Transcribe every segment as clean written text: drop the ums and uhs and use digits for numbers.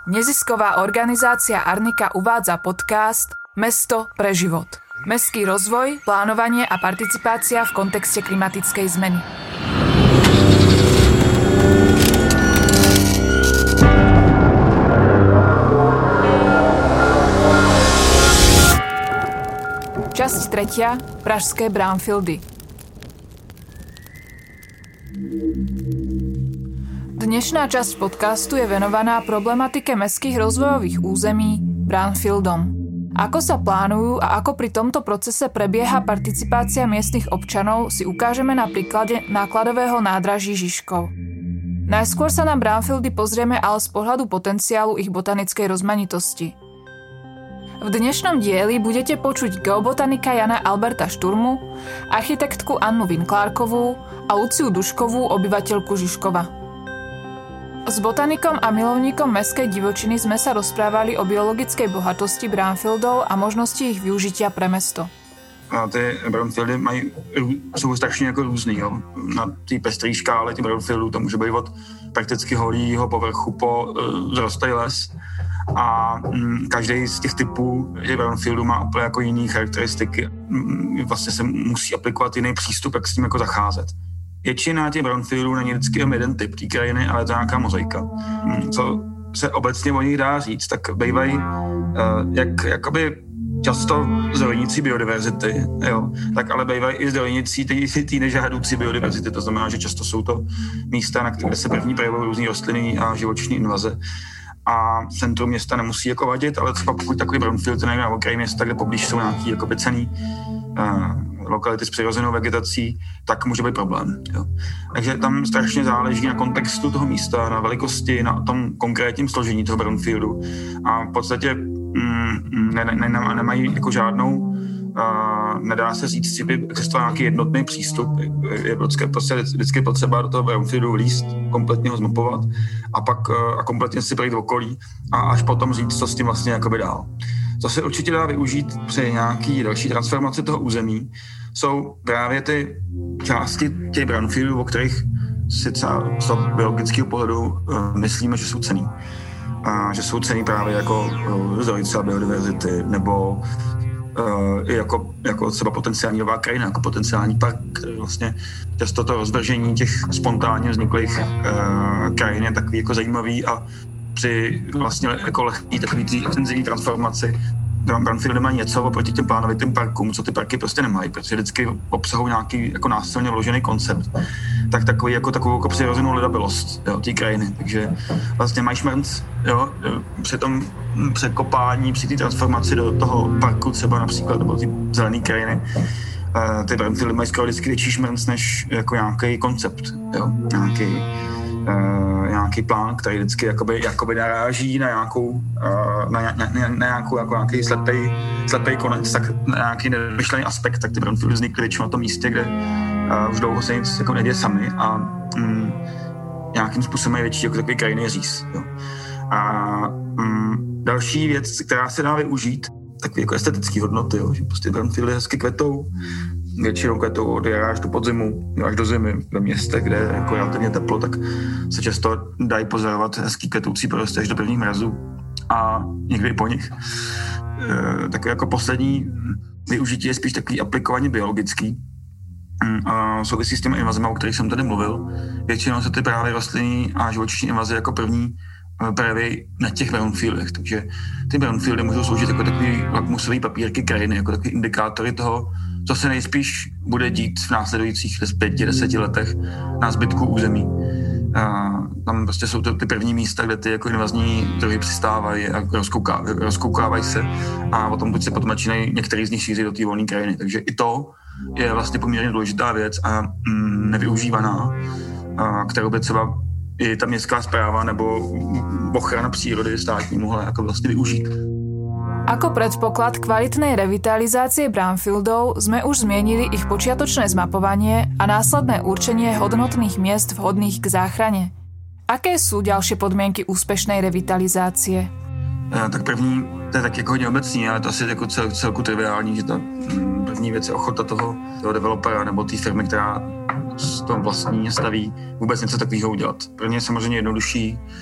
Nezisková organizácia Arnika uvádza podcast Mesto pre život. Mestský rozvoj, plánovanie a participácia v kontexte klimatickej zmeny. Časť 3. Pražské brownfieldy. Dnešná časť podcastu je venovaná problematike mestských rozvojových území brownfieldom. Ako sa plánujú a ako pri tomto procese prebieha participácia miestnych občanov, si ukážeme na príklade nákladového nádraží Žižkov. Najskôr sa na brownfieldy pozrieme ale z pohľadu potenciálu ich botanickej rozmanitosti. V dnešnom dieli budete počuť geobotanika Jana Alberta Šturmu, architektku Annu Vinklárkovú a Luciu Duškovú, obyvateľku Žižkova. S botanikom a milovníkom mestskej divočiny sme sa rozprávali o biologickej bohatosti brownfieldov a možnosti ich využitia pre mesto. A ty brownfieldy jsou strašně jako různý. Jo. Na té pestré škále těch brownfieldů to může být od prakticky holýho povrchu po zrostlý les. A každý z těch typů brownfieldu má úplně jako jiný charakteristiky. Vlastně se musí aplikovat jiný přístup, jak s tím jako zacházet. Většina těch brownfieldů není vždycky jeden typ té krajiny, ale to je nějaká mozaika. Co se obecně o nich dá říct, tak bývají jakoby často zdrojníci biodiverzity, jo, tak ale bývají i zdrojníci té nežádoucí biodiverzity. To znamená, že často jsou to místa, kde se první projevují různý rostliny a živočišní invaze. A centrum města nemusí jako vadit, ale třeba pokud takový brownfield je na okraji města, kde poblíž jsou nějaký jakoby cenný lokality s přirozenou vegetací, tak může být problém. Jo. Takže tam strašně záleží na kontextu toho místa, na velikosti, na tom konkrétním složení toho brownfieldu. A v podstatě nemají jako žádnou, nedá se říct, že by existoval nějaký jednotný přístup. Je prostě vždycky potřeba do toho brownfieldu vlízt, kompletně ho zmapovat a pak kompletně si projít v okolí a až potom říct, co s tím vlastně jakoby dál. Co se určitě dá využít při nějaký další transformaci toho území, jsou právě ty části těch brownfieldů, o kterých si třeba z toho biologického pohledu myslíme, že jsou cenný. Že jsou cenný právě jako zdroj třeba biodiverzity nebo jako třeba potenciální nová krajina, jako potenciální park, který vlastně často to rozvržení těch spontánně vzniklých krajin je takový jako zajímavý a při vlastně jako lehký takový tý intenzivní transformaci brownfieldy mají něco oproti těm plánovitým parkům, co ty parky prostě nemají, protože vždycky obsahují nějaký jako násilně vložený koncept. Tak takovou jako přirozenou lidabilost té krajiny. Takže vlastně mají šmrnc, jo, při tom překopání, při té transformaci do toho parku třeba například, nebo ty zelené krajiny, ty brownfieldy mají skoro vždycky větší šmrnc než jako nějaký koncept, jo, nějaký plán, který vždycky jakoby naráží na nějaký slepej konec, tak na nějaký nemyšlený aspekt, tak ty brownfieldy vznikly většinou na tom místě, kde už dlouho se nic jako neděje sami a nějakým způsobem je větší jako takový krajinný říz. Jo. A další věc, která se dá využít, takové jako estetické hodnoty, jo, že prostě brownfieldy hezky kvetou, většinou kvetou od jara až do podzimu, až do zimy ve městech, kde je jako relativně teplo, tak se často dají pozorovat hezký kvetoucí porosty až do prvních mrazů a někdy po nich. Takové jako poslední využití je spíš takový aplikovaně biologický. Souvisí s těmi invazemi, o kterých jsem tady mluvil. Většinou se ty právě rostlinní a živočišní invaze jako první projeví na těch brownfieldech, takže ty brownfieldy můžou sloužit jako takový lakmusový papírky krajiny, jako takový indikátory toho, co se nejspíš bude dít v následujících 5-10 letech na zbytku území. Tam prostě jsou to ty první místa, kde ty jako invazní druhy přistávají a rozkoukávají se a potom se potom začínají některý z nich šířit do té volné krajiny. Takže i to je vlastně poměrně důležitá věc a nevyužívaná, kterou by třeba i ta městská správa nebo ochrana přírody státní mohla jako vlastně využít. Ako predpoklad kvalitnej revitalizácie brownfieldov sme už zmienili ich počiatočné zmapovanie a následné určenie hodnotných miest vhodných k záchrane. Aké sú ďalšie podmienky úspešnej revitalizácie? Tak první, to je tak jako hodně obecný, ale to asi jako celku triviální, že ta první věc je ochota toho developera nebo té firmy, která s tom vlastní staví, vůbec něco takového udělat. Pro mě je samozřejmě jednodušší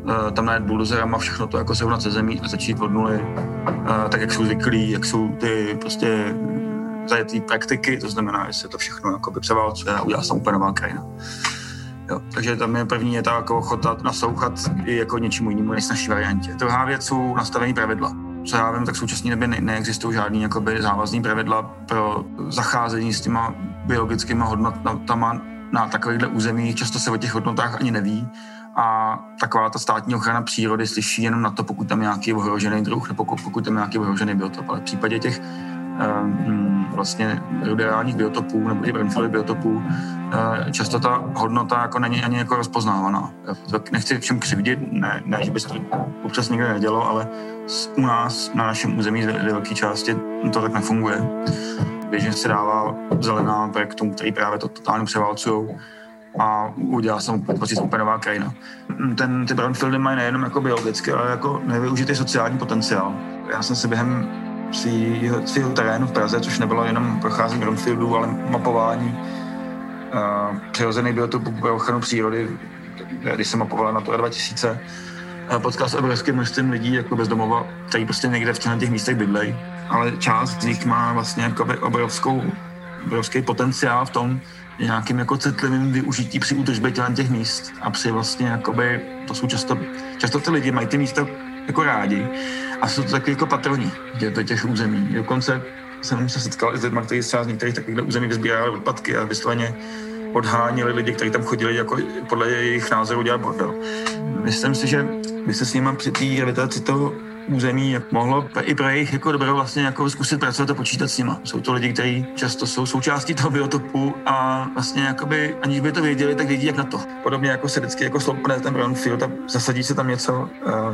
tam najet buldozerama všechno to jako srovnat se zemí a začít od nuly, tak jak jsou zvyklí, jak jsou ty prostě zajetý praktiky, to znamená, že se to všechno jakoby převálcuje a udělá se úplně nová krajina. Jo, takže tam je první je ta jako ochota naslouchat i jako něčemu jinému než naší variantě. Druhá věc jsou nastavení pravidla. Co já vím, tak v současné době neexistují žádný jakoby závazný pravidla pro zacházení s těma biologickými hodnotama na takovýchhle územích. Často se o těch hodnotách ani neví a taková ta státní ochrana přírody slyší jenom na to, pokud tam je nějaký ohrožený druh nebo pokud tam je nějaký ohrožený biotop. Ale v případě těch vlastně ruderálních biotopů nebo těch brownfieldových biotopů často ta hodnota jako není ani jako rozpoznávaná. Nechci všem křivdit, ne že by se to občas nikdy nedělo, ale u nás na našem území z velké části to tak nefunguje. Běžně se dává zelená projektům, který právě to totálně převálcujou a udělá se úplně nová krajina. Ty brownfieldy mají nejenom jako biologicky, ale jako nevyužitý sociální potenciál. Já jsem se během svého terénu v Praze, což nebylo jenom procházení brownfieldů, ale mapování přirozených biotopů pro ochranu přírody, když jsem mapoval na Natura 2000, potkal s obrovským množstvím lidí jako bezdomova, kteří prostě někde v těch místech bydlejí, ale část z nich má vlastně jakoby obrovský potenciál v tom nějakým jako citlivým využití při údržbě těch míst a při vlastně jakoby, to jsou často ty lidi mají ty místa jako rádi a jsou to taky jako patroni těch území. Dokonce jsem se setkal i s lidmi, kteří třeba z některých takových území vyzbírali odpadky a vysloveně odháněli lidi, kteří tam chodili jako podle jejich názoru dělat bordel. Myslím si, že by se s nimi při té revitalizaci toho území mohlo i pro jejich jako dobro vlastně jako zkusit pracovat a počítat s nima. Jsou to lidi, kteří často jsou součástí toho biotopu a vlastně jakoby, aniž by to věděli, tak vědí jak na to. Podobně jako se vždycky jako sloupne ten brownfield a zasadí se tam něco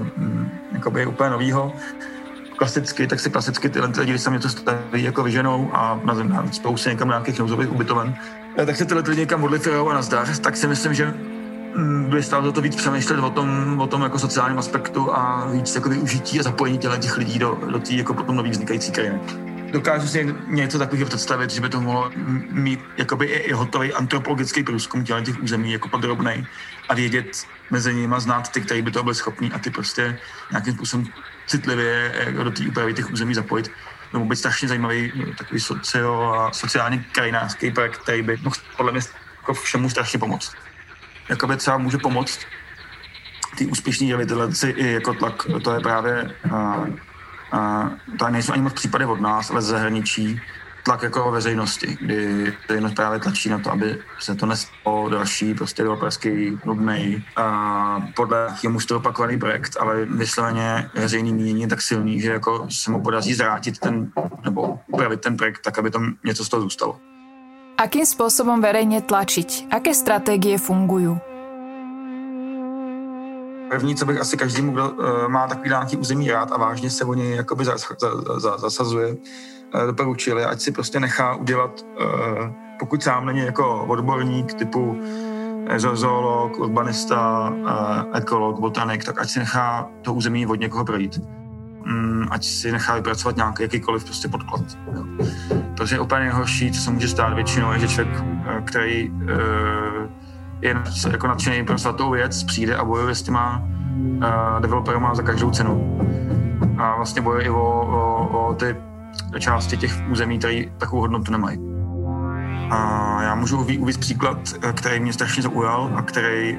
jakoby úplně novýho. Klasicky tyhle lidi, když se něco staví, jako vyženou a na spoustě někam nějakých nouzových ubytoven, tak se tyhle lidi někam odlifirujou a nazdar, tak si myslím, že by stálo to víc přemýšlet o tom jako sociálním aspektu a víc jako využití a zapojení těch lidí do té jako potom nový vznikající krajiny. Dokážu si něco takového představit, že by to mohlo mít jakoby i hotový antropologický průzkum těch území jako podrobnej a vědět mezi nimi, znát ty, kteří by to byli schopní a ty prostě nějakým způsobem citlivě do té úpravy těch území zapojit. Nebo být strašně zajímavý takový sociálně krajinářský projekt, který by mohl podle mě jako všemu strašně pomoct. Jakoby třeba může pomoct ty úspěšný revitalizaci i jako tlak, to je právě to nejsou ani moc případy od nás, ale z zahraničí, tlak jako veřejnosti, kdy veřejnost právě tlačí na to, aby se to nestalo další prostě developerský, nudnej, podle němu to opakovaný projekt, ale vysloveně veřejný mínění je tak silný, že jako se mu podaří zvrátit nebo upravit ten projekt tak, aby tam něco z toho zůstalo. Akým spôsobom verejne tlačiť? Aké stratégie fungujú? První, co bych asi každému, kdo má takový nějaký území rád a vážně se o něj jakoby zasazuje, doporučili, ať si prostě nechá udělat, pokud sám není jako odborník typu zoolog, urbanista, ekolog, botanik, tak ať si nechá to území od někoho projít. Ať si nechá vypracovat nějaký jakýkoliv prostě podklad. Jo. Protože úplně nejhorší, co se může stát většinou, je, že člověk, který je jako nadšený pro svatou věc, přijde a bojuje s těma developerama za každou cenu. A vlastně bojuje i o ty části těch území, které takovou hodnotu nemají. A já můžu uvést příklad, který mě strašně zaujal a který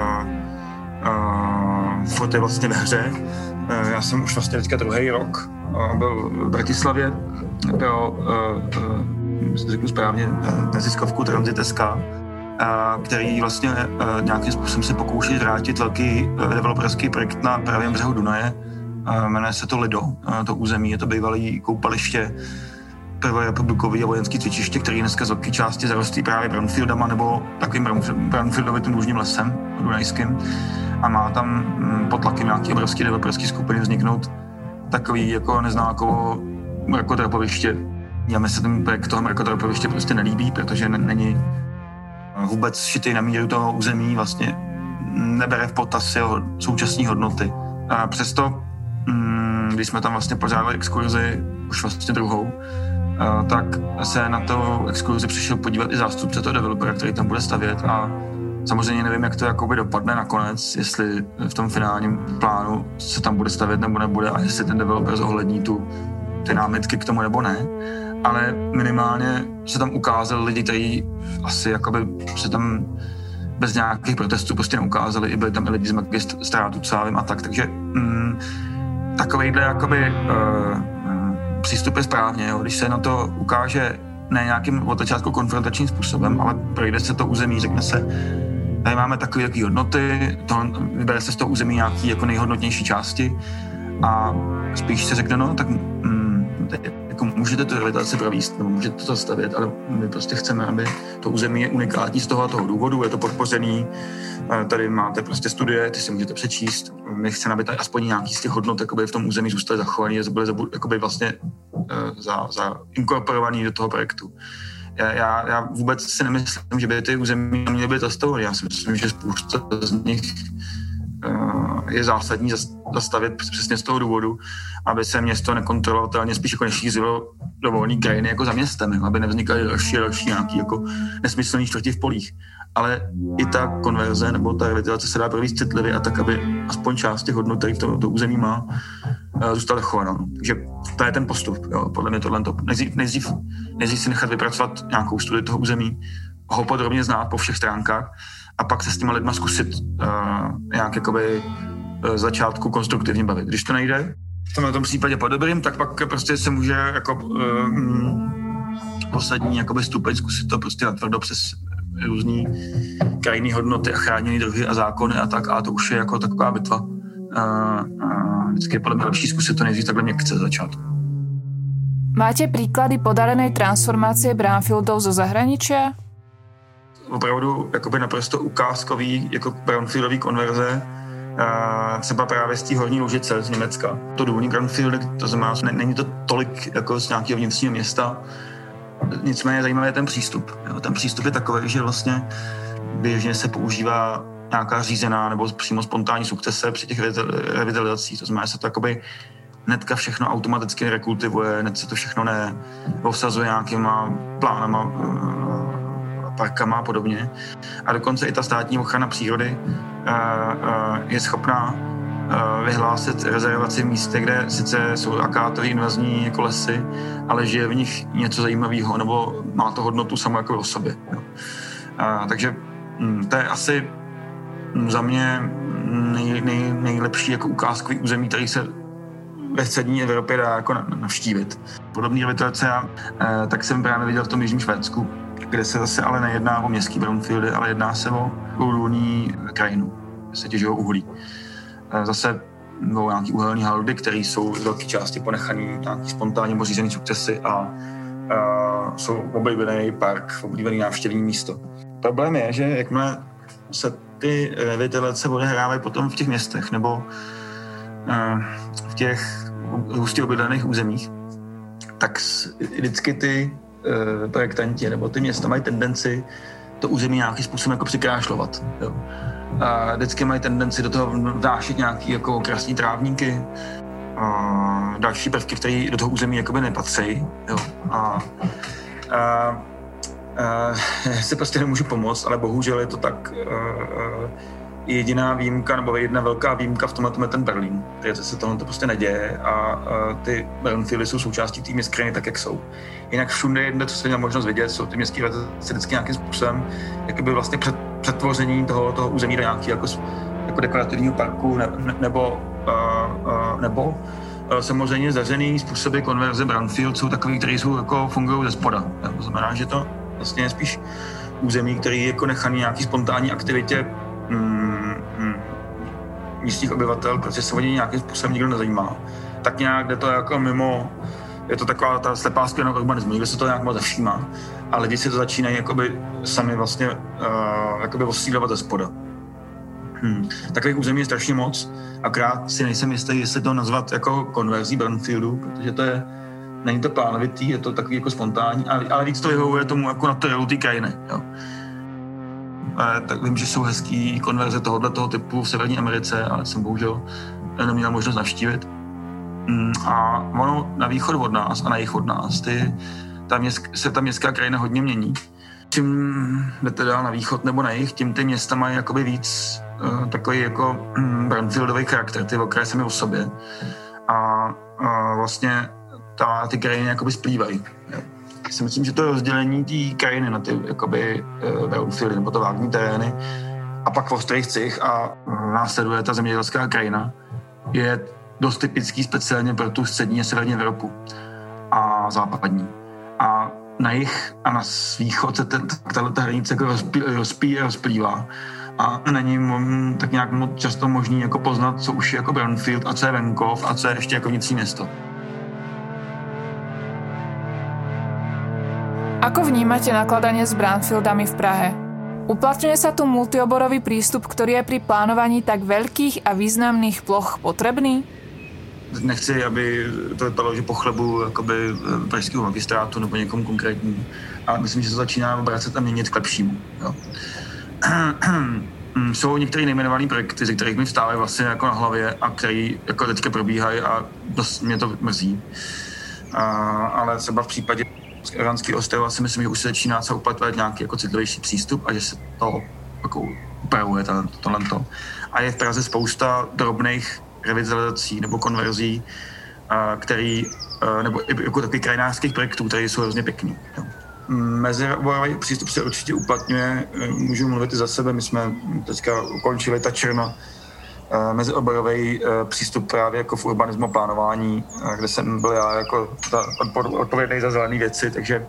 furt je vlastně ve hře. Já jsem už vlastně teďka druhý rok byl v Bratislavě pro, řeknu správně, neziskovku Transit.sk, který vlastně nějakým způsobem se pokouší vrátit velký developerský projekt na pravém břehu Dunaje. Jmenuje se to Lido, to území, je to bývalý koupaliště, prvorepublikový a vojenský cvičiště, který dneska z velké části zarostlý právě brownfieldama nebo takovým brownfieldovitým lužním lesem dunajským. A má tam pod tlakem nějaký obrovský developerský skupiny vzniknout takový jako neznákovo mrakodrapoviště. Já mi se ten projekt toho mrakodrapoviště prostě nelíbí, protože není vůbec šitý na míru toho území, vlastně nebere v potaz jeho současné hodnoty. A přesto, když jsme tam vlastně pořádali exkurzi, už vlastně druhou, tak se na to exkurzi přišel podívat i zástupce toho developera, který tam bude stavět a Samozřejmě nevím, jak to jakoby dopadne nakonec, jestli v tom finálním plánu se tam bude stavět nebo nebude a jestli ten developer zohlední ty námitky k tomu nebo ne. Ale minimálně se tam ukázali lidi, kteří asi jakoby se tam bez nějakých protestů prostě neukázali, i byli tam i lidi z magistrátu, co já vím a tak, takže takovejhle jakoby přístup je správně, jo. Když se na to ukáže ne nějakým od začátku konfrontačním způsobem, ale projde se to území, řekne se, tady máme takové hodnoty, vybere se z toho území nějaký jako nejhodnotnější části a spíš se řekne, no tak jako můžete tu revitalizaci provést, nebo můžete to stavět, ale my prostě chceme, aby to území je unikátní z toho důvodu, je to podpořený, tady máte prostě studie, ty si můžete přečíst, my chceme, aby tady aspoň nějaký z těch hodnot v tom území zůstaly zachovaný, byly vlastně inkorporovaný do toho projektu. Já vůbec si nemyslím, že by ty území měly být zastaveny. Já si myslím, že spousta z nich je zásadní zastavit přesně z toho důvodu, aby se město nekontrolovatelně spíš jako nešířilo do volné krajiny jako za městem, aby nevznikaly další nějaký jako nesmyslný čtvrti v polích. Ale i ta konverze nebo ta revitalizace se dá provést citlivě a tak, aby aspoň část těch hodnot, který to území má, zůstala chovaná. Takže to je ten postup. Jo. Podle mě tohle nejdřív si nechat vypracovat nějakou studii toho území, ho podrobně znát po všech stránkách a pak se s těma lidma zkusit nějak jakoby začátku konstruktivně bavit. Když to nejde, v tom případě po dobrým, tak pak prostě se může jako poslední jakoby stupeň zkusit to prostě natvrdo přes různý krajinný hodnoty a chráněný druhy a zákony a tak, a to už je jako taková bitva. Vždycky je podle mě lepší zkusit to nejdřív takhle měkce začátku. Máte príklady podarenej transformácie brownfieldov zo zahraničia? Opravdu jakoby naprosto ukázkový jako brownfieldový konverze, třeba právě z té Horní Lužice z Německa. To důlní brownfieldy, to znamená, není to tolik jako z nějakého vnitřního města, nicméně zajímavý je ten přístup. Jo. Ten přístup je takový, že vlastně běžně se používá nějaká řízená nebo přímo spontánní sukcese při těch revitalizacích. To znamená, že se to jakoby hnedka všechno automaticky rekultivuje, hned se to všechno neobsazuje nějakýma plánama, parkama a podobně. A dokonce i ta státní ochrana přírody je schopná vyhlásit rezervaci v místě, kde sice jsou akátový invazní jako lesy, ale žije v nich něco zajímavého, nebo má to hodnotu samo jako o sobě. Jo. Takže to je asi za mě nejlepší jako ukázkový území, který se ve střední Evropě dá jako navštívit. Podobný revitalizace tak jsem právě viděl v tom jižním Švédsku, kde se zase ale nejedná o městský brownfieldy, ale jedná se o důlní krajinu, kde se těžují uhlí. Zase jsou nějaký uhelný haludy, které jsou z velké části ponechaný nějaký spontánně pořízený sukcesy a jsou oblíbený park, oblíbený návštěvní místo. Problém je, že jakmile se ty revitalizace odehrávají potom v těch městech nebo v těch hustě obydlených územích, tak vždycky ty projektanti nebo ty města mají tendenci to území nějakým způsobem jako přikrášlovat. Jo. A vždycky mají tendenci do toho vnášet nějaký jako krásný trávníky, další prvky, které do toho území jakoby nepatří. Jo. Se prostě nemůžu pomoct, ale bohužel je to tak jediná výjimka, nebo jedna velká výjimka v tomhle je ten Berlín, protože se tohle prostě neděje a ty brownfieldy jsou součástí té městské krajiny tak, jak jsou. Jinak všude jinde, co jsem měl možnost vidět, jsou ty městské krajiny vždycky nějakým způsobem jakoby vlastně přetvoření toho území do nějakého jako dekorativního parku nebo samozřejmě zařený způsoby konverze brownfield jsou takový, které jsou jako fungují ze spoda. To znamená, že to vlastně je spíš území, který je jako nechaný nějaký spontánní aktivitě místních obyvatel, protože se o ně nějakým způsobem nikdo nezajímá. Tak nějak jde to jako mimo, je to taková ta slepá sklena urbanismu, nikdo se to nějak moc nevšímá, a lidi si to začínají jakoby sami vlastně jakoby osídlovat ze spoda. Takových území je strašně moc, akorát si nejsem jistý, jestli to nazvat jako konverzí brownfieldu, protože to není to plánovitý, je to takový jako spontánní, ale víc to vyhovuje tomu jako naturelu té krajiny. Jo. Tak vím, že jsou hezký konverze tohoto typu v Severní Americe, ale jsem bohužel neměl možnost navštívit. A ono na východ od nás a na jih od nás se ta městská krajina hodně mění. Čím jdete dál na východ nebo na jih, tím ty města mají jakoby víc takový jako brownfieldový charakter, ty okraje sami o sobě. A vlastně ty krajiny jakoby splývají. Já si myslím, že to rozdělení té krajiny na ty jakoby brownfieldy nebo to vágní terény a pak v Ostrejcích a následuje ta zemědělská krajina je dost typický speciálně pro tu střední a severní Evropu a západní. A na jih a na východ se ta hranice jako rozplývá a není tak nějak moc často možný jako poznat, co už je jako brownfield a co je venkov a co je ještě jako vnitřní město. Ako vnímate nakladanie s brownfieldami v Prahe? Uplatňuje sa tu multioborový prístup, ktorý je pri plánovaní tak veľkých a významných ploch potrebný? Nechci, aby to vypadalo, že pochlebu jakoby pražského magistrátu nebo někomu konkrétnímu. A myslím, že to začíná obracet a měnit k lepšímu. Jo. Jsou některé nejmenované projekty, ze kterých mi vstávají vlastně jako na hlavě a které jako teďka probíhají a dost mě to mrzí. Ale třeba v případě Ivanského ostrova si myslím, že už se začíná se uplatňovat nějaký jako citlivější přístup a že se to jako upravuje tohleto. A je v Praze spousta drobných revitalizací nebo konverzí, nebo jako takových krajinářských projektů, které jsou hrozně pěkný. Mezioborový přístup se určitě uplatňuje, můžu mluvit i za sebe, my jsme teďka ukončili ta černo mezioborový přístup právě jako v urbanismu plánování, kde jsem byl já jako odpovědný za zelené věci, takže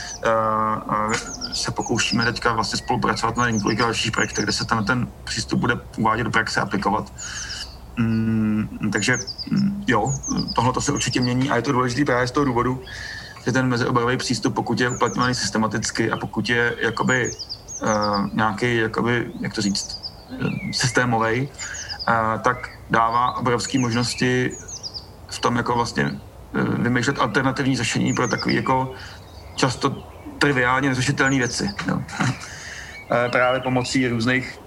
se pokoušíme teďka vlastně spolupracovat na několika dalších projektech, kde se ten přístup bude uvádět do praxe, aplikovat. Takže jo, tohle to se určitě mění a je to důležité právě z toho důvodu, že ten mezioborový přístup, pokud je uplatňovaný systematicky a pokud je jakoby nějaký, jakoby, jak to říct, systémový, tak dává obrovské možnosti v tom jako vlastně vymýšlet alternativní řešení pro takové jako často triviálně neřešitelné věci. Jo. Právě pomocí různých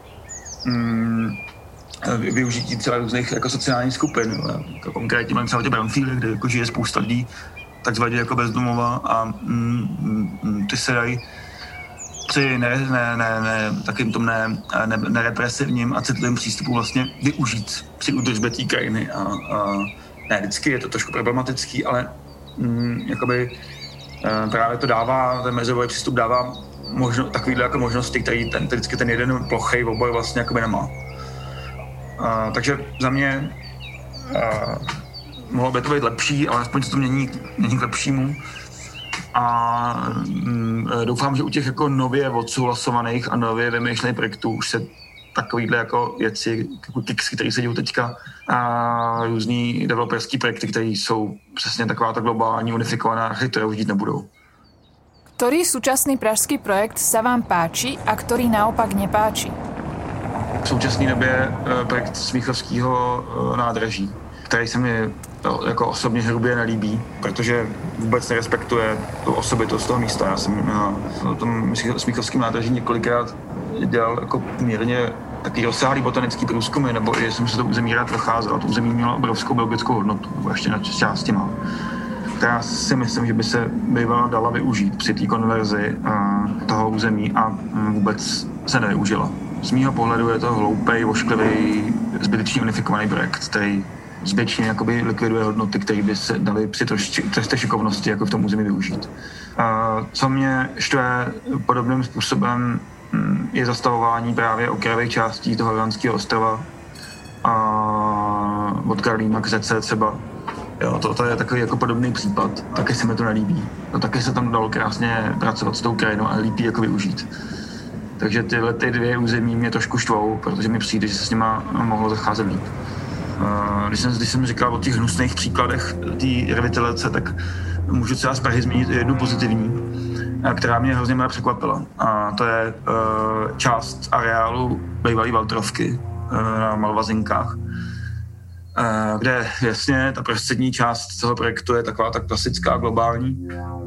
využití třeba různých jako sociálních skupin. Jako konkrétně mám třeba ty brownfieldy, kde jako žije spousta lidí takzvaně jako bezdomova a ty se dají při takým tom nerepresivním a citlivým přístupu vlastně využít při údržbě té krajiny. A ne vždycky je to trošku problematický, ale jakoby právě to dává, ten mezioborový přístup dává takovýhle jako možnosti, který vždycky ten jeden plochej obor vlastně jakoby nemá. Takže za mě mohlo by to být lepší, ale aspoň se to mění k lepšímu. A doufám, že u těch jako nově odsouhlasovaných a nově vymýšlených projektů už se takovýhle jako věci, jako kiksy, které se dějí teďka, a různý developerský projekty, které jsou přesně taková ta globální unifikovaná architektura, už dít nebudou. Ktorý súčasný pražský projekt sa vám páči a ktorý naopak nepáči? V současné době projekt Smíchovského nádraží, který se mi jako osobně hrubě nelíbí, protože vůbec nerespektuje tu osobitost toho místa. Já jsem na tom Smíchovském nádraží několikrát dělal jako poměrně takový rozsáhlý botanický průzkumy, nebo i jsem se to území rád procházel. To území mělo obrovskou biologickou hodnotu, nebo ještě na části má. Já si myslím, že by se bývala dala využít při té konverzi toho území a vůbec se nevyužila. Z mýho pohledu je to hloupej, ošklivý, zbytečně unifikovaný projekt, který zbytečně jakoby likviduje hodnoty, které by se daly při té šikovnosti jako v tom území využít. Co mě štve podobným způsobem je zastavování právě okrajových částí toho Ivanského ostrova od Karlína k řece třeba. Jo, to je takový jako podobný případ. Taky se mi to nelíbí. No, taky se tam dalo krásně pracovat s tou krajinou a líbí jako využít. Takže tyhle dvě území mě trošku štvou, protože mi přijde, že se s nima mohlo zacházet líp. Když jsem říkal o těch hnusných příkladech té revitalizace, tak můžu třeba z Prahy zmínit jednu pozitivní, která mě hrozně překvapila. A to je část areálu bývalé Waltrovky na Malvazinkách, kde jasně ta prostřední část toho projektu je taková tak klasická, globální,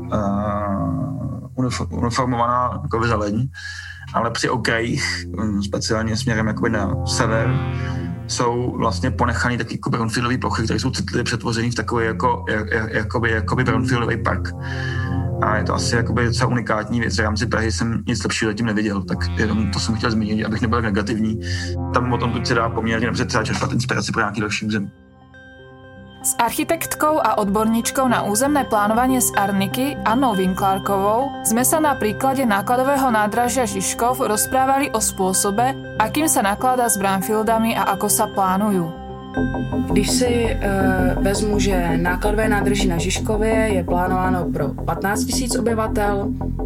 uniformovaná jako zeleň, ale při okrajích, speciálně směrem jakoby na sever, jsou vlastně ponechaný taky jako brownfieldové plochy, které jsou citlivě přetvořený v takový jakoby brownfieldový park. A je to asi jakoby docela unikátní věc. V rámci Prahy jsem nic lepšího zatím neviděl, tak jenom to jsem chtěl zmínit, abych nebyl negativní. Tam o tom se dá poměrně dobře třeba čerpat inspiraci pro nějaký další území. S architektkou a odborníčkou na územné plánovanie z Arniky Annou Vinklárkovou sme sa na príklade nákladového nádražia Žižkov rozprávali o spôsobe, akým sa nakladá s brownfieldami a ako sa plánujú. Když si vezmu, že nákladové nádraží na Žižkově je plánováno pro 15 000 obyvatel,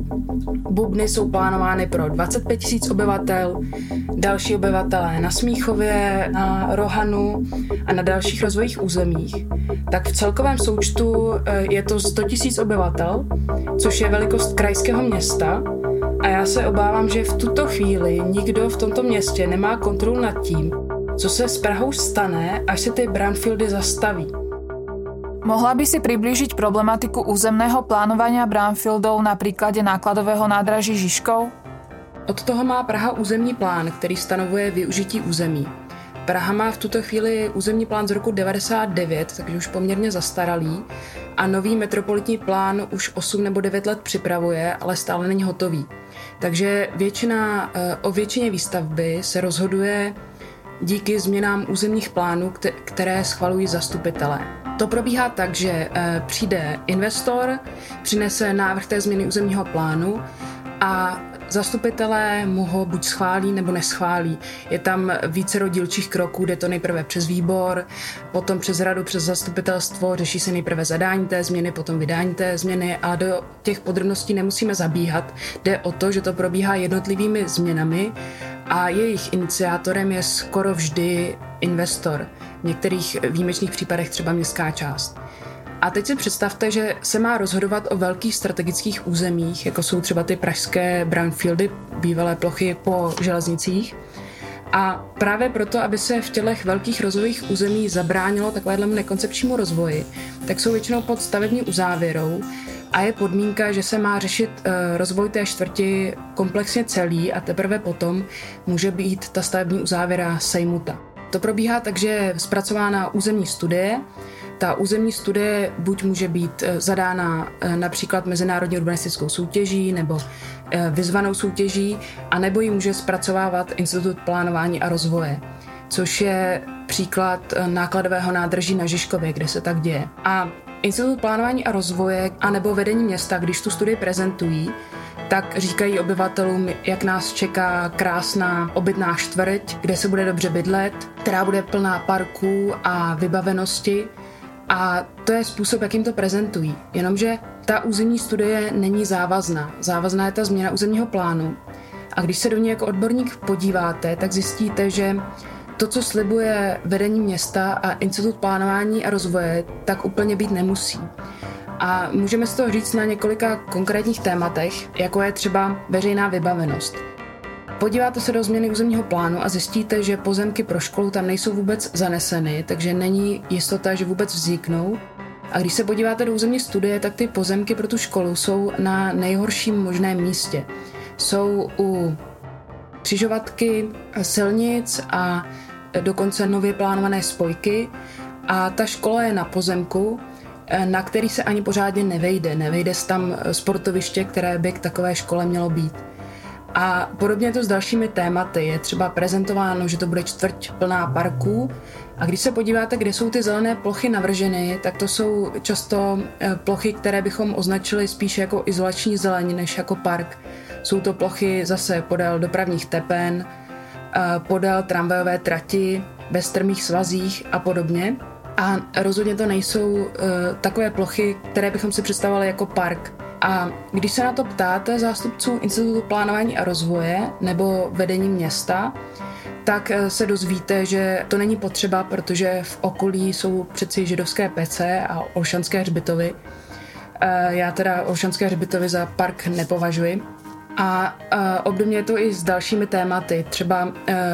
Bubny jsou plánovány pro 25 000 obyvatel, další obyvatelé na Smíchově, na Rohanu a na dalších rozvojích územích, tak v celkovém součtu je to 100 000 obyvatel, což je velikost krajského města. A já se obávám, že v tuto chvíli nikdo v tomto městě nemá kontrolu nad tím, co se s Prahou stane, až se ty brownfieldy zastaví. Mohla by si priblížiť problematiku územného plánovania brownfieldov na príklade nákladového nádraží Žižkov? Od toho má Praha územní plán, který stanovuje využití území. Praha má v tuto chvíli územní plán z roku 99, takže už poměrně zastaralý, a nový metropolitní plán už 8 nebo 9 let připravuje, ale stále není hotový. Takže o většině výstavby se rozhoduje díky změnám územních plánů, které schvalují zastupitelé. To probíhá tak, že přijde investor, přinese návrh té změny územního plánu a zastupitelé mu ho buď schválí nebo neschválí. Je tam vícero dílčích kroků, jde to nejprve přes výbor, potom přes radu, přes zastupitelstvo, řeší se nejprve zadání té změny, potom vydání té změny, ale do těch podrobností nemusíme zabíhat. Jde o to, že to probíhá jednotlivými změnami a jejich iniciátorem je skoro vždy investor. V některých výjimečných případech třeba městská část. A teď si představte, že se má rozhodovat o velkých strategických územích, jako jsou třeba ty pražské brownfieldy, bývalé plochy po železnicích. A právě proto, aby se v těchto velkých rozvojích území zabránilo takovému nekoncepčnímu rozvoji, tak jsou většinou pod stavební uzávěrou a je podmínka, že se má řešit rozvoj té čtvrti komplexně celý a teprve potom může být ta stavební uzávěra sejmuta. To probíhá tak, že je zpracována územní studie. Ta územní studie buď může být zadána například mezinárodní urbanistickou soutěží nebo vyzvanou soutěží, anebo ji může zpracovávat Institut plánování a rozvoje, což je příklad nákladového nádraží na Žižkově, kde se tak děje. A Institut plánování a rozvoje anebo vedení města, když tu studii prezentují, tak říkají obyvatelům, jak nás čeká krásná obytná čtvrť, kde se bude dobře bydlet, která bude plná parků a vybavenosti. A to je způsob, jakým to prezentují. Jenomže ta územní studie není závazná. Závazná je ta změna územního plánu. A když se do ní jako odborník podíváte, tak zjistíte, že to, co slibuje vedení města a Institut plánování a rozvoje, tak úplně být nemusí. A můžeme z toho říct na několika konkrétních tématech, jako je třeba veřejná vybavenost. Podíváte se do změny územního plánu a zjistíte, že pozemky pro školu tam nejsou vůbec zaneseny, takže není jistota, že vůbec vzniknou. A když se podíváte do územní studie, tak ty pozemky pro tu školu jsou na nejhorším možném místě. Jsou u křižovatky silnic a dokonce nově plánované spojky a ta škola je na pozemku, na který se ani pořádně nevejde. Nevejde se tam sportoviště, které by k takové škole mělo být. A podobně to s dalšími tématy. Je třeba prezentováno, že to bude čtvrť plná parků. A když se podíváte, kde jsou ty zelené plochy navrženy, tak to jsou často plochy, které bychom označili spíše jako izolační zeleň, než jako park. Jsou to plochy zase podél dopravních tepen, podél tramvajové trati, ve strmých svazích a podobně. A rozhodně to nejsou takové plochy, které bychom si představovali jako park. A když se na to ptáte zástupců Institutu plánování a rozvoje nebo vedení města, tak se dozvíte, že to není potřeba, protože v okolí jsou přeci židovské pece a Olšanské hřbitovy. Já teda Olšanské hřbitovy za park nepovažuji. A obdobně je to i s dalšími tématy. Třeba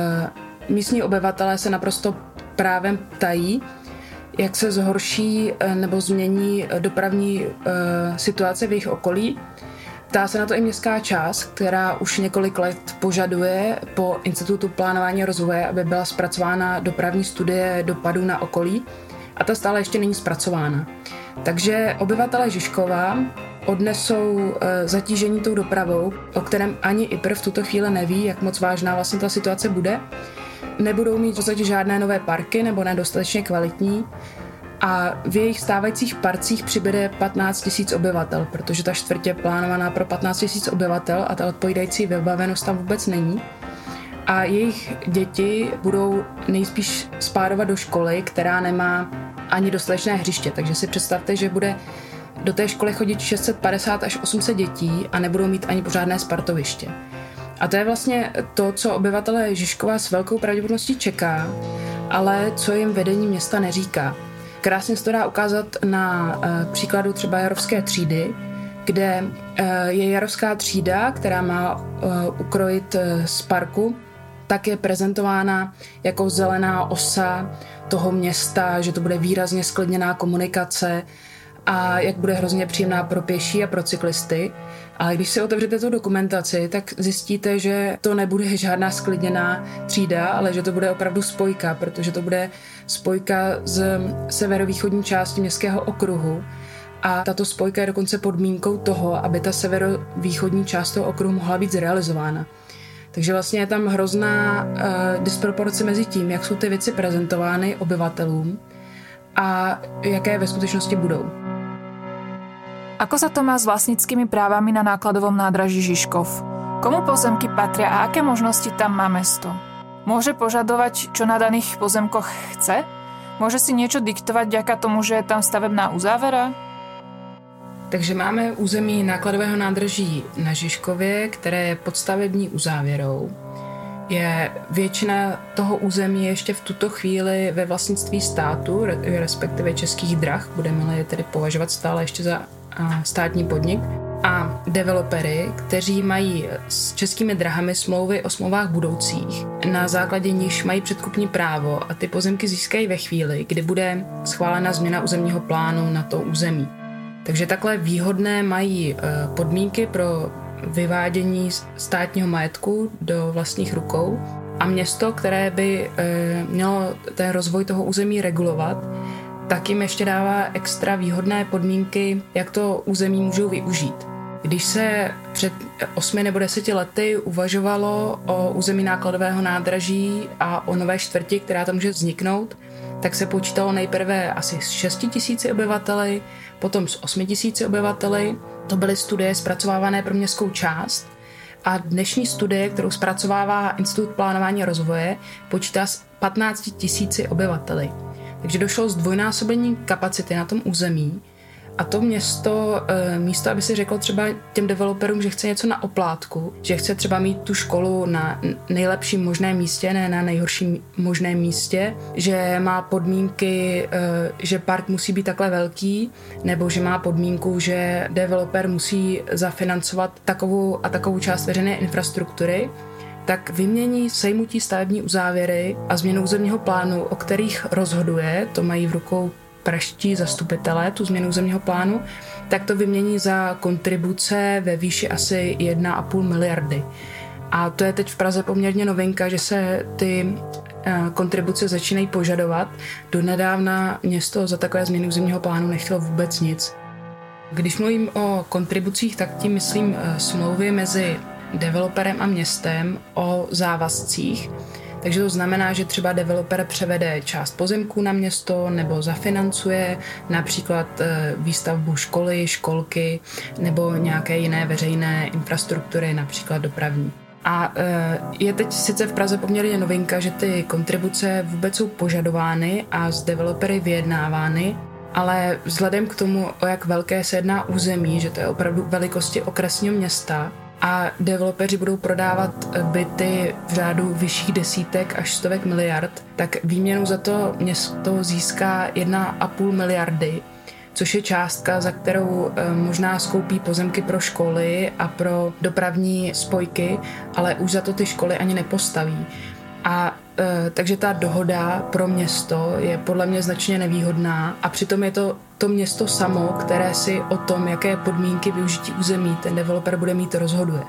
místní obyvatelé se naprosto právem ptají, jak se zhorší nebo změní dopravní situace v jejich okolí. Ptá se na to i městská část, která už několik let požaduje po Institutu plánování a rozvoje, aby byla zpracována dopravní studie dopadů na okolí a ta stále ještě není zpracována. Takže obyvatelé Žižkova odnesou zatížení tou dopravou, o kterém ani IPR v tuto chvíli neví, jak moc vážná vlastně ta situace bude. Nebudou mít v podstatě žádné nové parky nebo nedostatečně kvalitní a v jejich stávajících parcích přibude 15 000 obyvatel, protože ta čtvrť je plánovaná pro 15 000 obyvatel a ta odpovídající vybavenost tam vůbec není. A jejich děti budou nejspíš spárovat do školy, která nemá ani dostatečné hřiště, takže si představte, že bude do té školy chodit 650 až 800 dětí a nebudou mít ani pořádné sportoviště. A to je vlastně to, co obyvatelé Žižkova s velkou pravděpodobností čeká, ale co jim vedení města neříká. Krásně se to dá ukázat na příkladu třeba Jarovské třídy, kde je Jarovská třída, která má ukrojit z parku, tak je prezentována jako zelená osa toho města, že to bude výrazně zklidněná komunikace a jak bude hrozně příjemná pro pěší a pro cyklisty. Ale když si otevřete tu dokumentaci, tak zjistíte, že to nebude žádná sklidněná třída, ale že to bude opravdu spojka, protože to bude spojka z severovýchodní části městského okruhu. A tato spojka je dokonce podmínkou toho, aby ta severovýchodní část toho okruhu mohla být zrealizována. Takže vlastně je tam hrozná disproporce mezi tím, jak jsou ty věci prezentovány obyvatelům a jaké ve skutečnosti budou. Ako sa to má s vlastníckymi právami na nákladovom nádraží Žižkov? Komu pozemky patria a aké možnosti tam má mesto? Môže požadovať, čo na daných pozemkoch chce? Môže si niečo diktovať vďaka tomu, že je tam stavebná uzávera? Takže máme území nákladového nádraží na Žižkově, které je pod stavební uzávěrou. Je většina toho území ještě v tuto chvíli ve vlastnictví státu, respektive Českých drah, budeme je tedy považovat stále ještě za státní podnik, a developery, kteří mají s Českými drahami smlouvy o smlouvách budoucích, na základě níž mají předkupní právo a ty pozemky získají ve chvíli, kdy bude schválena změna územního plánu na to území. Takže takhle výhodné mají podmínky pro vyvádění státního majetku do vlastních rukou a město, které by mělo ten rozvoj toho území regulovat, tak jim ještě dává extra výhodné podmínky, jak to území můžou využít. Když se před 8 nebo 10 lety uvažovalo o území nákladového nádraží a o nové čtvrti, která tam může vzniknout, tak se počítalo nejprve asi s 6 000 obyvateli, potom s 8 000 obyvateli. To byly studie zpracovávané pro městskou část a dnešní studie, kterou zpracovává Institut plánování a rozvoje, počítá s 15 000 obyvateli. Takže došlo zdvojnásobení kapacity na tom území a to město, místo, aby si řeklo třeba těm developerům, že chce něco na oplátku, že chce třeba mít tu školu na nejlepším možném místě, ne na nejhorším možném místě, že má podmínky, že park musí být takhle velký, nebo že má podmínku, že developer musí zafinancovat takovou a takovou část veřejné infrastruktury, tak vymění sejmutí stavební uzávěry a změnu územního plánu, o kterých rozhoduje, to mají v rukou pražští zastupitelé, tu změnu územního plánu, tak to vymění za kontribuce ve výši asi 1,5 miliardy. A to je teď v Praze poměrně novinka, že se ty kontribuce začínají požadovat. Donedávna město za takové změny územního plánu nechtělo vůbec nic. Když mluvím o kontribucích, tak tím myslím smlouvy mezi developerem a městem o závazcích. Takže to znamená, že třeba developer převede část pozemků na město nebo zafinancuje například výstavbu školy, školky nebo nějaké jiné veřejné infrastruktury, například dopravní. A je teď sice v Praze poměrně novinka, že ty kontribuce vůbec jsou požadovány a s developery vyjednávány, ale vzhledem k tomu, o jak velké se jedná území, že to je opravdu velikosti okresního města, a developeři budou prodávat byty v řádu vyšších desítek až stovek miliard, tak výměnou za to město získá 1,5 miliardy, což je částka, za kterou možná skoupí pozemky pro školy a pro dopravní spojky, ale už za to ty školy ani nepostaví. A takže ta dohoda pro město je podle mě značně nevýhodná a přitom je to město samo, které si o tom, jaké podmínky využití území ten developer bude mít, rozhoduje.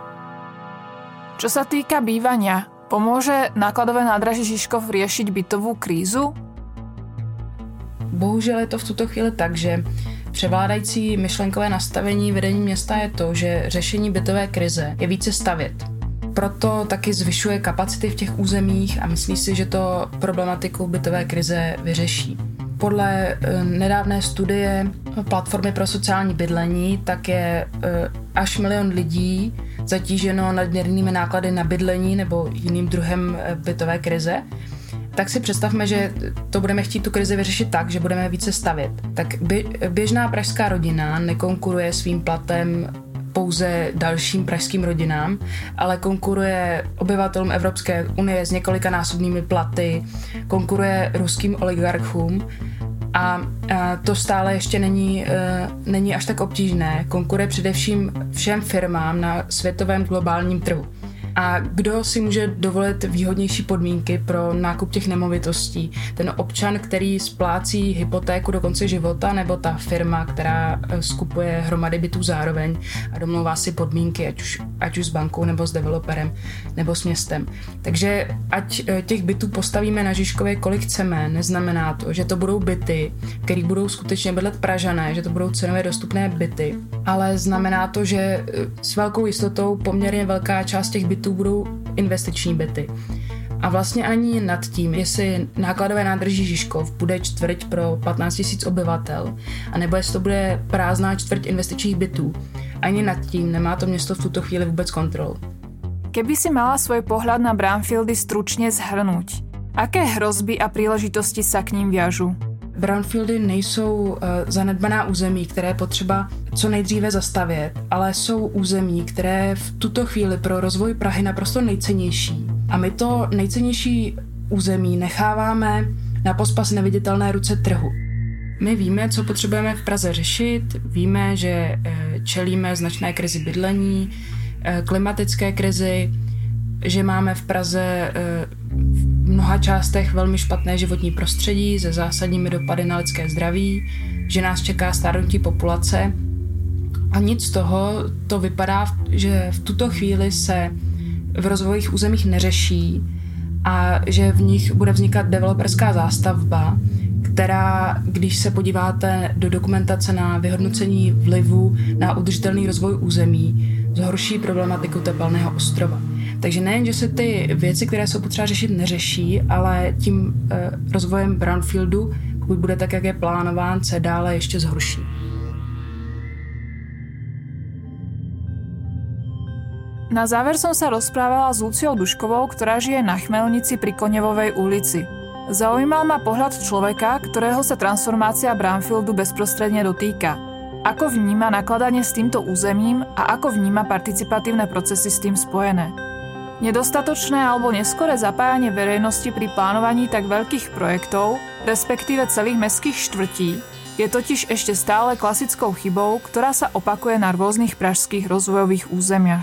Čo sa týka bývania, pomôže nákladové nádraží Žižkov riešiť bytovú krízu? Bohužel je to v tuto chvíli tak, že v převládající myšlenkové nastavení vedení města je to, že řešení bytové krize je více stavět. Proto taky zvyšuje kapacity v těch územích a myslí si, že to problematiku bytové krize vyřeší. Podle nedávné studie Platformy pro sociální bydlení tak je až 1 milion lidí zatíženo nadměrnými náklady na bydlení nebo jiným druhem bytové krize. Tak si představme, že to budeme chtít tu krizi vyřešit tak, že budeme více stavět. Tak běžná pražská rodina nekonkuruje svým platem pouze dalším pražským rodinám, ale konkuruje obyvatelům Evropské unie s několikanásobnými platy, konkuruje ruským oligarchům a to stále ještě není až tak obtížné. Konkuruje především všem firmám na světovém globálním trhu. A kdo si může dovolit výhodnější podmínky pro nákup těch nemovitostí? Ten občan, který splácí hypotéku do konce života, nebo ta firma, která skupuje hromady bytů zároveň a domlouvá si podmínky, ať už s bankou, nebo s developerem, nebo s městem. Takže ať těch bytů postavíme na Žižkově kolik chceme, neznamená to, že to budou byty, které budou skutečně bydlet Pražané, že to budou cenově dostupné byty, ale znamená to, že s velkou jistotou poměrně velká část těch bytů budou investiční byty. A vlastně ani nad tím, jestli nákladové nádraží Žižkov bude čtvrť pro 15 000 obyvatel, anebo jestli to bude prázdná čtvrť investičních bytů, ani nad tím nemá to město v tuto chvíli vůbec kontrolu. Keby si mala svoj pohľad na brownfieldy stručne zhrnúť, aké hrozby a príležitosti sa k ním viažu? Brownfieldy nejsou zanedbaná území, které je potřeba co nejdříve zastavět, ale jsou území, které v tuto chvíli pro rozvoj Prahy naprosto nejcennější. A my to nejcennější území necháváme na pospas neviditelné ruce trhu. My víme, co potřebujeme v Praze řešit, víme, že čelíme značné krizi bydlení, klimatické krizi, že máme v Praze v mnoha částech velmi špatné životní prostředí se zásadními dopady na lidské zdraví, že nás čeká stárnutí populace a nic z toho to vypadá, že v tuto chvíli se v rozvojových územích neřeší a že v nich bude vznikat developerská zástavba, která, když se podíváte do dokumentace na vyhodnocení vlivu na udržitelný rozvoj území, zhorší problematiku tepelného ostrova. Takže nejen, že se ty věci, které jsou potřeba řešit, neřeší, ale tím rozvojem brownfieldu, pokud bude tak, jak je plánován, se dále ještě zhorší. Na záver som sa rozprávala s Luciou Duškovou, ktorá žije na Chmelnici pri Konevovej ulici. Zaujímal ma pohľad človeka, ktorého sa transformácia brownfieldu bezprostredne dotýka. Ako vníma nakladanie s týmto územím a ako vníma participatívne procesy s tým spojené. Nedostatočné alebo neskoré zapájanie verejnosti pri plánovaní tak veľkých projektov, respektíve celých mestských štvrtí, je totiž ešte stále klasickou chybou, ktorá sa opakuje na rôznych pražských rozvojových územiach.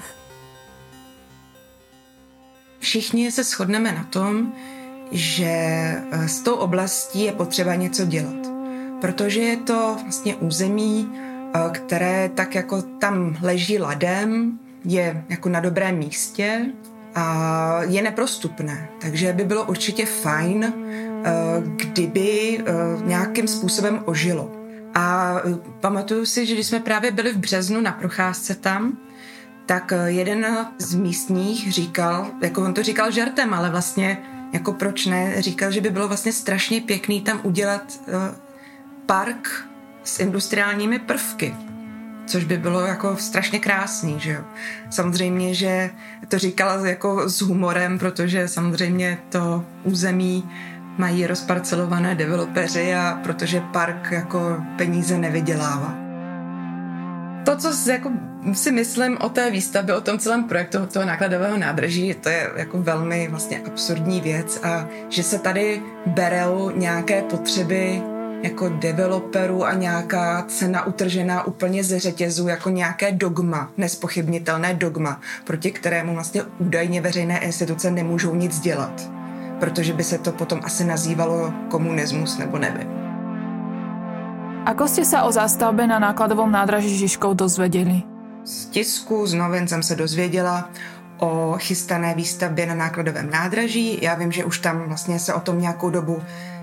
Všichni se shodneme na tom, že s tou oblastí je potřeba něco dělat. Protože je to vlastně území, které tak jako tam leží ladem, je jako na dobrém místě a je neprostupné. Takže by bylo určitě fajn, kdyby nějakým způsobem ožilo. A pamatuju si, že když jsme právě byli v březnu na procházce tam, tak jeden z místních říkal, jako on to říkal žartem, ale vlastně jako proč ne, říkal, že by bylo vlastně strašně pěkný tam udělat park s industriálními prvky, což by bylo jako strašně krásný, že jo. Samozřejmě, že to říkala jako s humorem, protože samozřejmě to území mají rozparcelované developeři a protože park jako peníze nevydělává. To, co jako si myslím o té výstavbě, o tom celém projektu toho nákladového nádraží, to je jako velmi vlastně absurdní věc a že se tady berou nějaké potřeby jako developerů a nějaká cena utržená úplně ze řetězu jako nějaké dogma, nezpochybnitelné dogma, proti kterému vlastně údajně veřejné instituce nemůžou nic dělat, protože by se to potom asi nazývalo komunismus nebo nevím. Ako ste sa o zástavbe na nákladovom nádraží Žižkov dozvedeli? Z tisku, z novin jsem se dozvěděla o chystané výstavbě na nákladovém nádraží. Já vím, že už tam vlastně se o tom nějakou dobu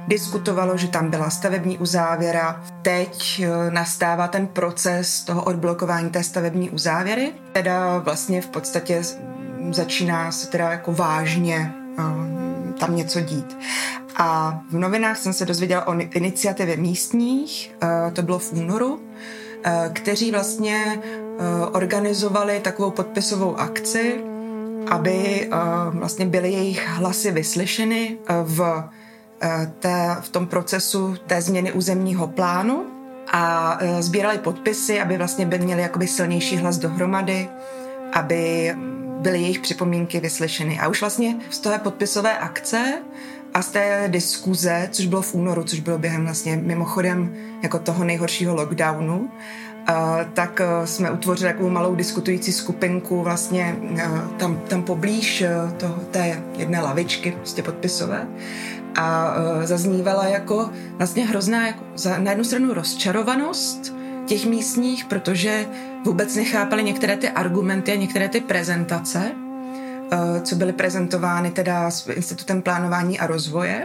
diskutovalo, že tam byla stavební uzávěra. Teď nastává ten proces toho odblokování té stavební uzávěry. Teda vlastně v podstatě začíná se teda jako vážně tam něco dít. A v novinách jsem se dozvěděla o iniciativě místních, to bylo v únoru, kteří vlastně organizovali takovou podpisovou akci, aby vlastně byly jejich hlasy vyslyšeny v tom procesu té změny územního plánu a sbírali podpisy, aby vlastně měli jakoby silnější hlas dohromady, aby byly jejich připomínky vyslyšeny. A už vlastně z té podpisové akce a z té diskuze, což bylo v únoru, což bylo během vlastně mimochodem jako toho nejhoršího lockdownu, tak jsme utvořili takovou malou diskutující skupinku vlastně tam poblíž té jedné lavičky prostě podpisové a zaznívala jako vlastně hrozná jako na jednu stranu rozčarovanost těch místních, protože vůbec nechápali některé ty argumenty a některé ty prezentace, co byly prezentovány teda s Institutem plánování a rozvoje.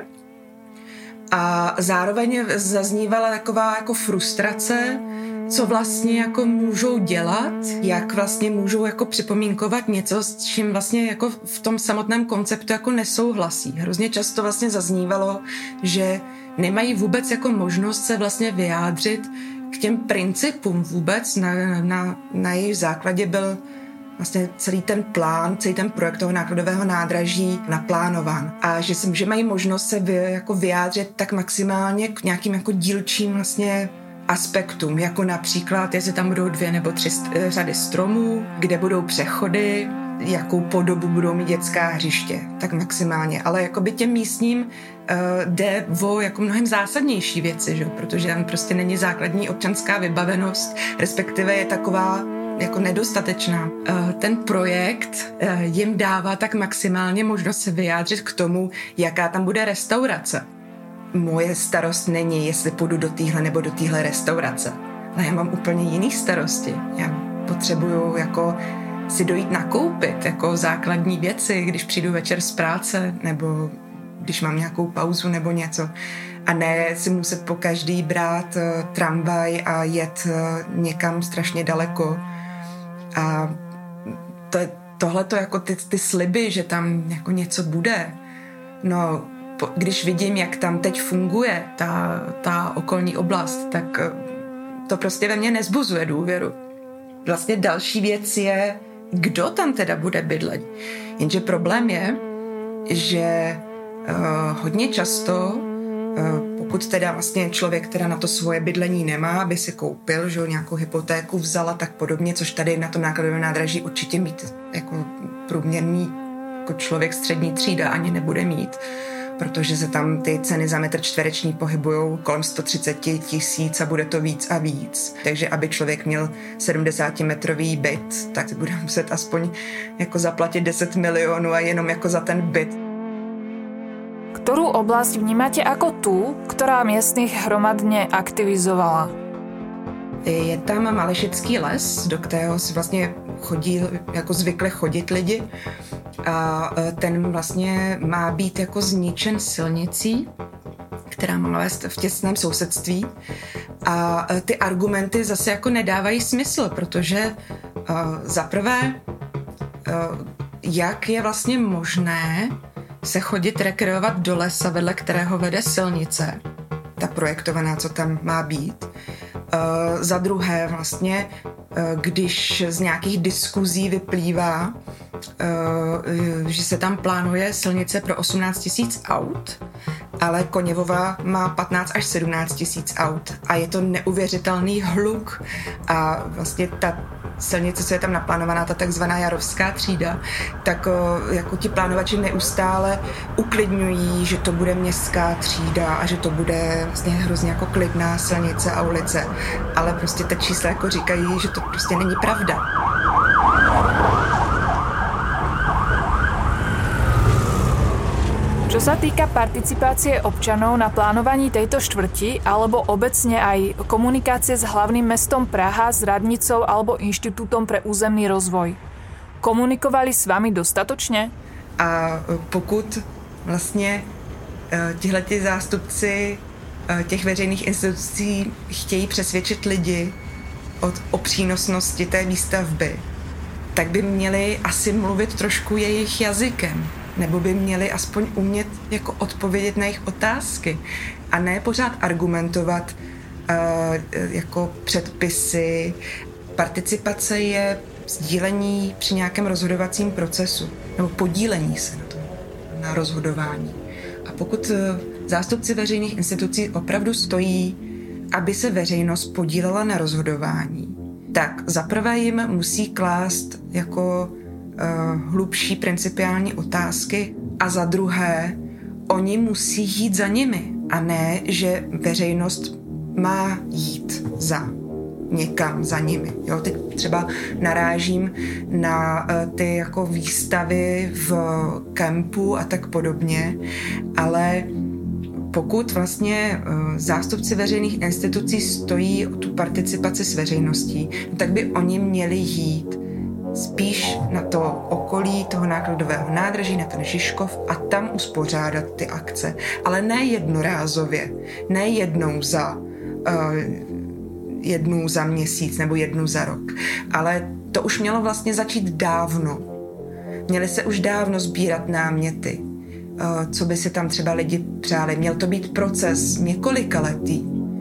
A zároveň zaznívala taková jako frustrace, co vlastně jako můžou dělat, jak vlastně můžou jako připomínkovat něco, s čím vlastně jako v tom samotném konceptu jako nesouhlasí. Hrozně často vlastně zaznívalo, že nemají vůbec jako možnost se vlastně vyjádřit k těm principům vůbec, na jejich základě byl vlastně celý ten plán, celý ten projekt toho nákladového nádraží naplánován. A že mají možnost se jako vyjádřit tak maximálně k nějakým jako dílčím vlastně aspektům, jako například, jestli tam budou 2 nebo 3 řady stromů, kde budou přechody, jakou podobu budou mít dětská hřiště, tak maximálně. Ale jakoby těm místním jde o jako mnohem zásadnější věci, že? Protože tam prostě není základní občanská vybavenost, respektive je taková jako nedostatečná. Ten projekt jim dává tak maximálně možnost se vyjádřit k tomu, jaká tam bude restaurace. Moje starost není, jestli půjdu do téhle nebo do téhle restaurace. Ale já mám úplně jiný starosti. Já potřebuju jako si dojít nakoupit jako základní věci, když přijdu večer z práce nebo když mám nějakou pauzu nebo něco. A ne si muset po každý brát tramvaj a jet někam strašně daleko. A tohleto jako ty sliby, že tam jako něco bude, no když vidím, jak tam teď funguje ta okolní oblast, tak to prostě ve mně nezbuzuje důvěru. Vlastně další věc je, kdo tam teda bude bydlet. Jenže problém je, že hodně často, pokud teda vlastně člověk teda na to svoje bydlení nemá, aby si koupil, že nějakou hypotéku vzala tak podobně, což tady na tom nákladovém nádraží určitě mít jako průměrný jako člověk střední třída ani nebude mít, protože se tam ty ceny za metr čtvereční pohybujou kolem 130 000 a bude to víc a víc. Takže aby člověk měl 70-metrový byt, tak bude muset aspoň jako zaplatit 10 milionů a jenom jako za ten byt. Ktorú oblasť vnímate ako tú, ktorá miestnych hromadne aktivizovala? Je tam Malešický les, do kterého si vlastně chodí, jako zvykle chodit lidi. A ten vlastně má být jako zničen silnicí, která má vést v těsném sousedství. A ty argumenty zase jako nedávají smysl, protože zaprvé, jak je vlastně možné se chodit rekreovat do lesa, vedle kterého vede silnice, ta projektovaná, co tam má být. Za druhé vlastně, když z nějakých diskuzí vyplývá, že se tam plánuje silnice pro 18 000 aut, ale Koněvova má 15 až 17 000 aut a je to neuvěřitelný hluk a vlastně ta silnice, co je tam naplánovaná, ta takzvaná Jarovská třída, tak jako ti plánovači neustále uklidňují, že to bude městská třída a že to bude vlastně hrozně jako klidná silnice a ulice, ale prostě ta čísla jako říkají, že to prostě není pravda. Čo sa týka participácie občanov na plánovaní tejto štvrti alebo obecne aj komunikácie s hlavným mestom Praha, s radnicou alebo Inštitútom pre územný rozvoj, komunikovali s vami dostatočne? A pokud vlastně tihleti zástupci těch veřejných institucí chtějí přesvědčit lidi o přínosnosti té výstavby, tak by měli asi mluvit trošku jejich jazykem, nebo by měli aspoň umět jako odpovědět na jejich otázky a ne pořád argumentovat jako předpisy. Participace je sdílení při nějakém rozhodovacím procesu, nebo podílení se na rozhodování. A pokud zástupci veřejných institucí opravdu stojí, aby se veřejnost podílela na rozhodování, tak zaprvé jim musí klást jako hlubší principiální otázky a za druhé oni musí jít za nimi a ne, že veřejnost má jít někam za nimi. Jo, teď třeba narážím na ty jako výstavy v kempu a tak podobně, ale pokud vlastně zástupci veřejných institucí stojí o tu participaci s veřejností, tak by oni měli jít spíš na to okolí toho nákladového nádraží, na ten Žižkov a tam uspořádat ty akce. Ale ne jednorázově, ne jednou za měsíc nebo jednou za rok. Ale to už mělo vlastně začít dávno. Měly se už dávno sbírat náměty, co by si tam třeba lidi přáli. Měl to být proces několikaletý,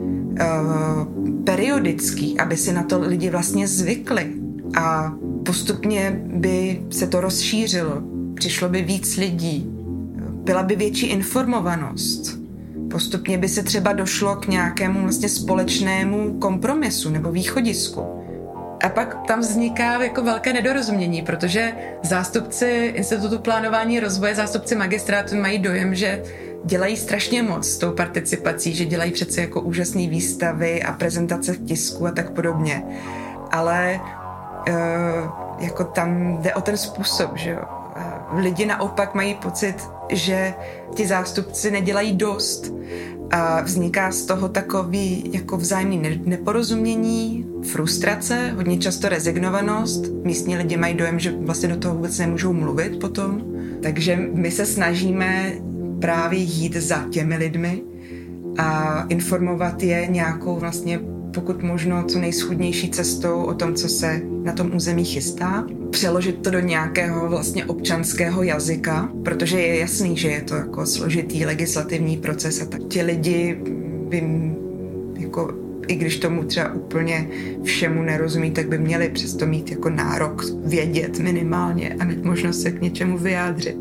periodický, aby si na to lidi vlastně zvykli. A postupně by se to rozšířilo. Přišlo by víc lidí. Byla by větší informovanost. Postupně by se třeba došlo k nějakému vlastně společnému kompromisu nebo východisku. A pak tam vzniká jako velké nedorozumění, protože zástupci Institutu plánování rozvoje, zástupci magistrátu mají dojem, že dělají strašně moc s tou participací, že dělají přece jako úžasné výstavy a prezentace v tisku a tak podobně. Ale jako tam jde o ten způsob, že jo. Lidi naopak mají pocit, že ti zástupci nedělají dost a vzniká z toho takový jako vzájemný neporozumění, frustrace, hodně často rezignovanost. Místní lidi mají dojem, že vlastně do toho vůbec nemůžou mluvit potom. Takže my se snažíme právě jít za těmi lidmi a informovat je nějakou vlastně pokud možno co nejschůdnější cestou o tom, co se na tom území chystá. Přeložit to do nějakého vlastně občanského jazyka, protože je jasný, že je to jako složitý legislativní proces a tak ti lidi by jako, i když tomu třeba úplně všemu nerozumí, tak by měli přesto mít jako nárok vědět minimálně a mít možnost se k něčemu vyjádřit.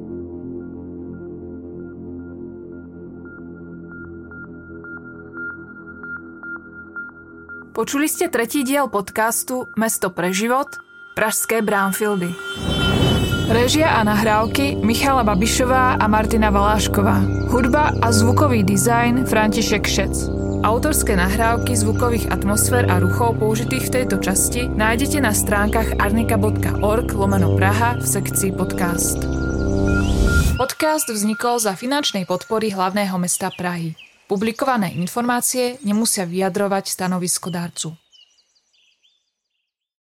Počuli ste tretí diel podcastu Mesto pre život, Pražské brownfieldy. Réžia a nahrávky Michala Babišová a Martina Valášková. Hudba a zvukový dizajn František Šec. Autorské nahrávky zvukových atmosfér a ruchov použitých v tejto časti nájdete na stránkach arnika.org/Praha v sekcii podcast. Podcast vznikol za finančnej podpory hlavného mesta Prahy. Publikované informácie nemusia vyjadrovať stanovisko darcu.